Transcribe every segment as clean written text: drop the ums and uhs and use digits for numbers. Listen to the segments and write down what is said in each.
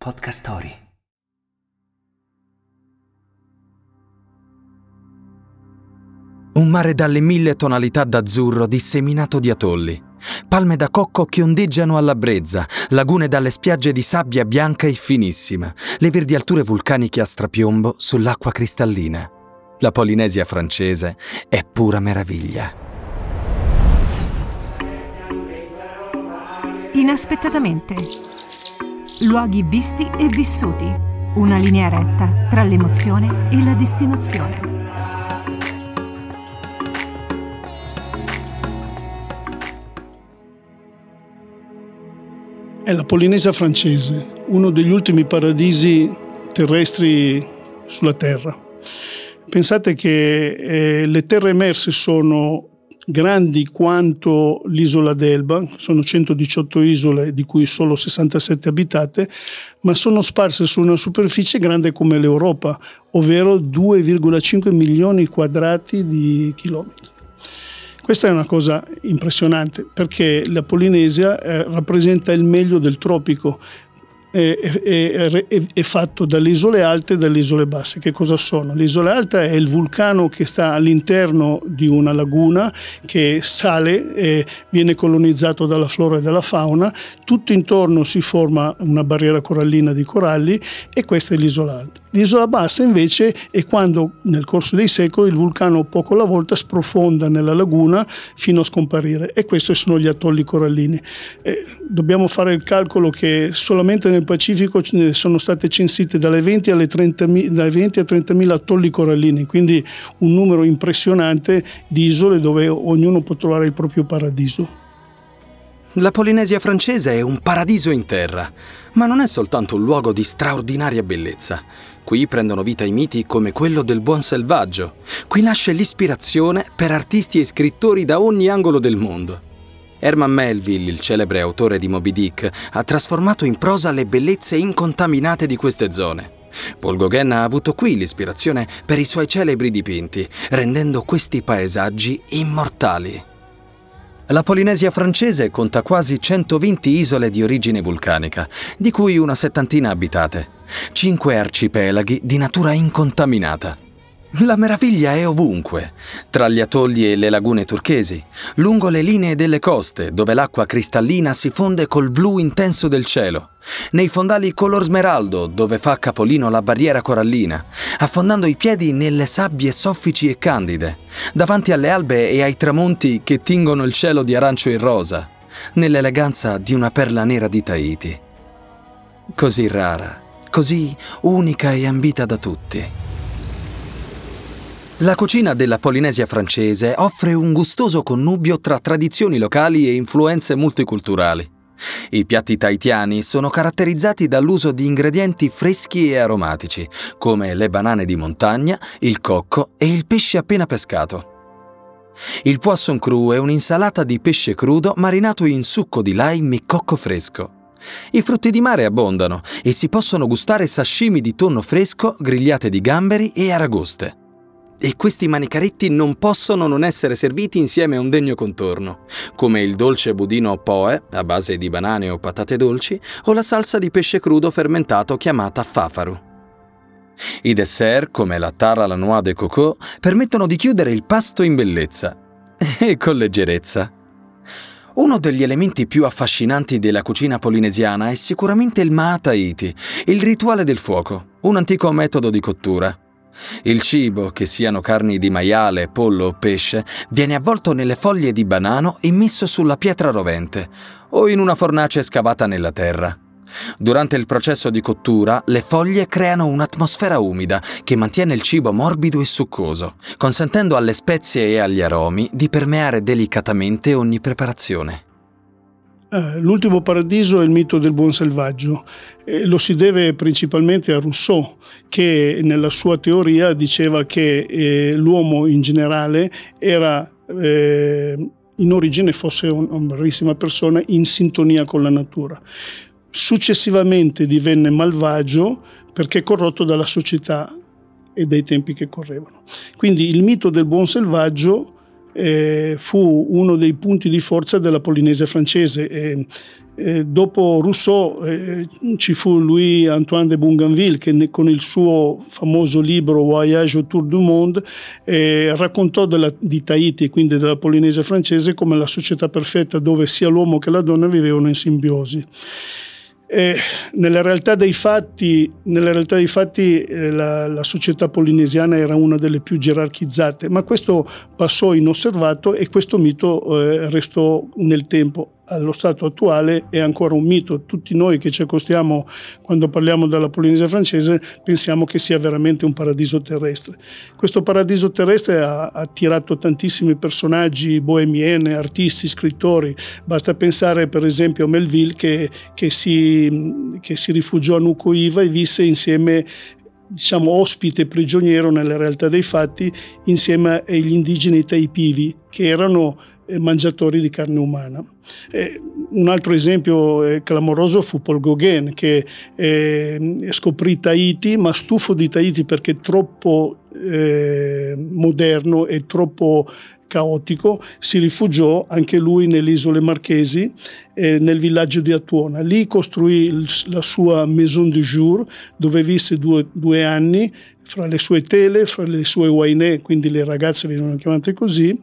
Podcast Story. Un mare dalle 1000 tonalità d'azzurro disseminato di atolli, palme da cocco che ondeggiano alla brezza, lagune dalle spiagge di sabbia bianca e finissima, le verdi alture vulcaniche a strapiombo sull'acqua cristallina. La Polinesia francese è pura meraviglia. Inaspettatamente. Luoghi visti e vissuti. Una linea retta tra l'emozione e la destinazione. È la Polinesia francese, uno degli ultimi paradisi terrestri sulla Terra. Pensate che le terre emerse sono grandi quanto l'isola d'Elba, sono 118 isole di cui solo 67 abitate, ma sono sparse su una superficie grande come l'Europa, ovvero 2,5 milioni quadrati di chilometri. Questa è una cosa impressionante perché la Polinesia rappresenta il meglio del tropico, è fatto dalle isole alte e dalle isole basse. Che cosa sono? L'isola alta è il vulcano che sta all'interno di una laguna che sale e viene colonizzato dalla flora e dalla fauna. Tutto intorno si forma una barriera corallina di coralli e questa è l'isola alta. L'isola bassa invece è quando nel corso dei secoli il vulcano poco alla volta sprofonda nella laguna fino a scomparire, e questi sono gli atolli corallini. Dobbiamo fare il calcolo che solamente nel Pacifico sono state censite dalle 20 a 30.000 atolli corallini, quindi un numero impressionante di isole dove ognuno può trovare il proprio paradiso. La Polinesia francese è un paradiso in terra, ma non è soltanto un luogo di straordinaria bellezza. Qui prendono vita i miti come quello del buon selvaggio. Qui nasce l'ispirazione per artisti e scrittori da ogni angolo del mondo. Herman Melville, il celebre autore di Moby Dick, ha trasformato in prosa le bellezze incontaminate di queste zone. Paul Gauguin ha avuto qui l'ispirazione per i suoi celebri dipinti, rendendo questi paesaggi immortali. La Polinesia francese conta quasi 120 isole di origine vulcanica, di cui una settantina abitate, 5 arcipelaghi di natura incontaminata. La meraviglia è ovunque, tra gli atolli e le lagune turchesi, lungo le linee delle coste, dove l'acqua cristallina si fonde col blu intenso del cielo, nei fondali color smeraldo, dove fa capolino la barriera corallina, affondando i piedi nelle sabbie soffici e candide, davanti alle albe e ai tramonti che tingono il cielo di arancio e rosa, nell'eleganza di una perla nera di Tahiti. Così rara, così unica e ambita da tutti. La cucina della Polinesia francese offre un gustoso connubio tra tradizioni locali e influenze multiculturali. I piatti tahitiani sono caratterizzati dall'uso di ingredienti freschi e aromatici, come le banane di montagna, il cocco e il pesce appena pescato. Il poisson cru è un'insalata di pesce crudo marinato in succo di lime e cocco fresco. I frutti di mare abbondano e si possono gustare sashimi di tonno fresco, grigliate di gamberi e aragoste. E questi manicaretti non possono non essere serviti insieme a un degno contorno, come il dolce budino poe, a base di banane o patate dolci, o la salsa di pesce crudo fermentato chiamata fafaru. I dessert, come la tare à la noix de coco, permettono di chiudere il pasto in bellezza e con leggerezza. Uno degli elementi più affascinanti della cucina polinesiana è sicuramente il Ma'a Tahiti, il rituale del fuoco, un antico metodo di cottura. Il cibo, che siano carni di maiale, pollo o pesce, viene avvolto nelle foglie di banano e messo sulla pietra rovente o in una fornace scavata nella terra. Durante il processo di cottura, le foglie creano un'atmosfera umida che mantiene il cibo morbido e succoso, consentendo alle spezie e agli aromi di permeare delicatamente ogni preparazione. L'ultimo paradiso è il mito del buon selvaggio. Lo si deve principalmente a Rousseau, che nella sua teoria diceva che l'uomo in generale era in origine fosse una bravissima persona in sintonia con la natura. Successivamente divenne malvagio perché corrotto dalla società e dai tempi che correvano. Quindi il mito del buon selvaggio fu uno dei punti di forza della Polinesia francese. Dopo Rousseau ci fu Louis-Antoine de Bougainville che con il suo famoso libro Voyage autour du monde raccontò di Tahiti, quindi della Polinesia francese, come la società perfetta dove sia l'uomo che la donna vivevano in simbiosi. Nella realtà dei fatti la società polinesiana era una delle più gerarchizzate, ma questo passò inosservato e questo mito restò nel tempo. Allo stato attuale è ancora un mito. Tutti noi che ci accostiamo quando parliamo della Polinesia francese pensiamo che sia veramente un paradiso terrestre. Questo paradiso terrestre ha attirato tantissimi personaggi bohemieni, artisti, scrittori. Basta pensare per esempio a Melville che si rifugiò a Nuku'iva e visse insieme, diciamo, ospite prigioniero nella realtà dei fatti insieme agli indigeni Taipivi, che erano mangiatori di carne umana. Un altro esempio clamoroso fu Paul Gauguin, che scoprì Tahiti, ma stufo di Tahiti perché troppo moderno e troppo caotico, si rifugiò anche lui nelle isole Marchesi, nel villaggio di Atuona. Lì costruì la sua maison de jour, dove visse due anni, fra le sue tele, fra le sue wainé, quindi le ragazze venivano chiamate così.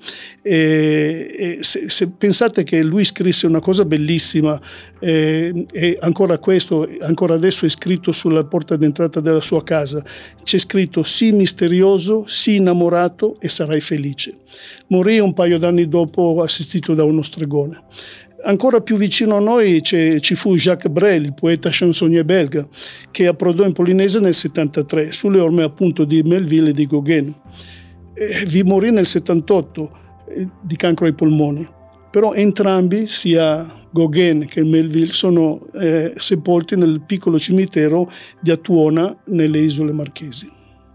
Se pensate che lui scrisse una cosa bellissima, e ancora adesso è scritto sulla porta d'entrata della sua casa, c'è scritto: sii misterioso, sii innamorato e sarai felice. Morì un paio d'anni dopo assistito da uno stregone. Ancora più vicino a noi ci fu Jacques Brel, il poeta chansonnier belga, che approdò in Polinesia nel 73, sulle orme appunto di Melville e di Gauguin. Vi morì nel 78 di cancro ai polmoni. Però entrambi, sia Gauguin che Melville, sono sepolti nel piccolo cimitero di Atuona, nelle isole Marchesi.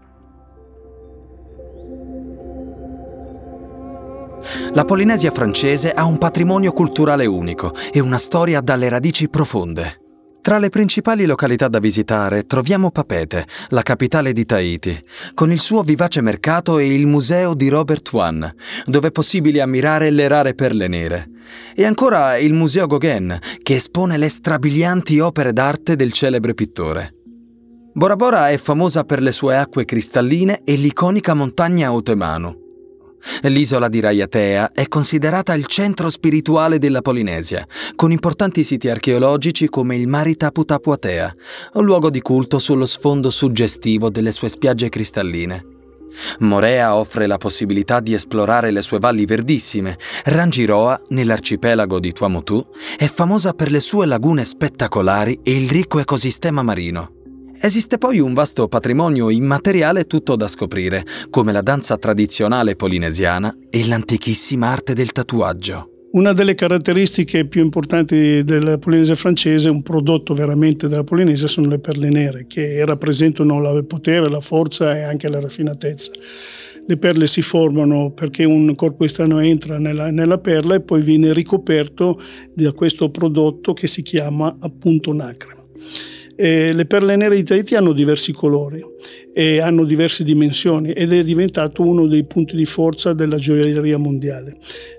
La Polinesia francese ha un patrimonio culturale unico e una storia dalle radici profonde. Tra le principali località da visitare troviamo Papeete, la capitale di Tahiti, con il suo vivace mercato e il museo di Robert Swan, dove è possibile ammirare le rare perle nere. E ancora il museo Gauguin, che espone le strabilianti opere d'arte del celebre pittore. Bora Bora è famosa per le sue acque cristalline e l'iconica montagna Otemanu. L'isola di Raiatea è considerata il centro spirituale della Polinesia, con importanti siti archeologici come il Mari Tapu Tapu Atea, un luogo di culto sullo sfondo suggestivo delle sue spiagge cristalline. Moorea offre la possibilità di esplorare le sue valli verdissime. Rangiroa, nell'arcipelago di Tuamotu, è famosa per le sue lagune spettacolari e il ricco ecosistema marino. Esiste poi un vasto patrimonio immateriale tutto da scoprire, come la danza tradizionale polinesiana e l'antichissima arte del tatuaggio. Una delle caratteristiche più importanti della Polinesia francese, un prodotto veramente della Polinesia, sono le perle nere, che rappresentano il potere, la forza e anche la raffinatezza. Le perle si formano perché un corpo estraneo entra nella perla e poi viene ricoperto da questo prodotto che si chiama appunto nacre. Le perle nere di Tahiti hanno diversi colori e hanno diverse dimensioni ed è diventato uno dei punti di forza della gioielleria mondiale.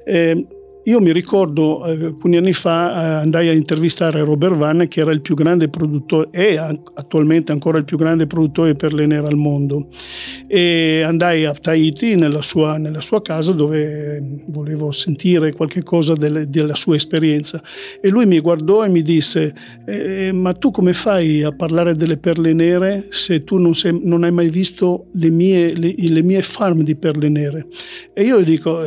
Io mi ricordo alcuni anni fa andai a intervistare Robert Swan, che era il più grande produttore, è attualmente ancora il più grande produttore di perle nere al mondo, e andai a Tahiti nella sua casa dove volevo sentire qualche cosa della sua esperienza, e lui mi guardò e mi disse: ma tu come fai a parlare delle perle nere se tu non hai mai visto le mie farm di perle nere? E io gli dico: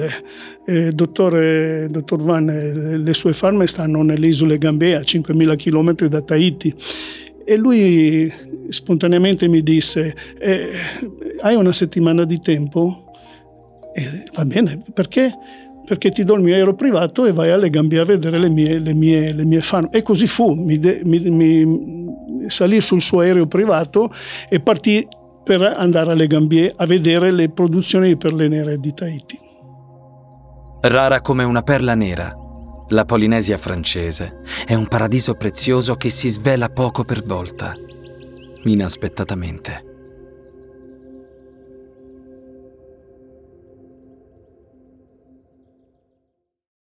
dottor Swan, le sue farm stanno nelle isole Gambea, a 5.000 km da Tahiti. E lui spontaneamente mi disse: hai una settimana di tempo? Va bene, perché? Perché ti do il mio aereo privato e vai alle Gambie a vedere le mie farm. E così fu, mi salì sul suo aereo privato e partì per andare alle Gambie a vedere le produzioni di perle nere di Tahiti. Rara come una perla nera, la Polinesia francese è un paradiso prezioso che si svela poco per volta, inaspettatamente.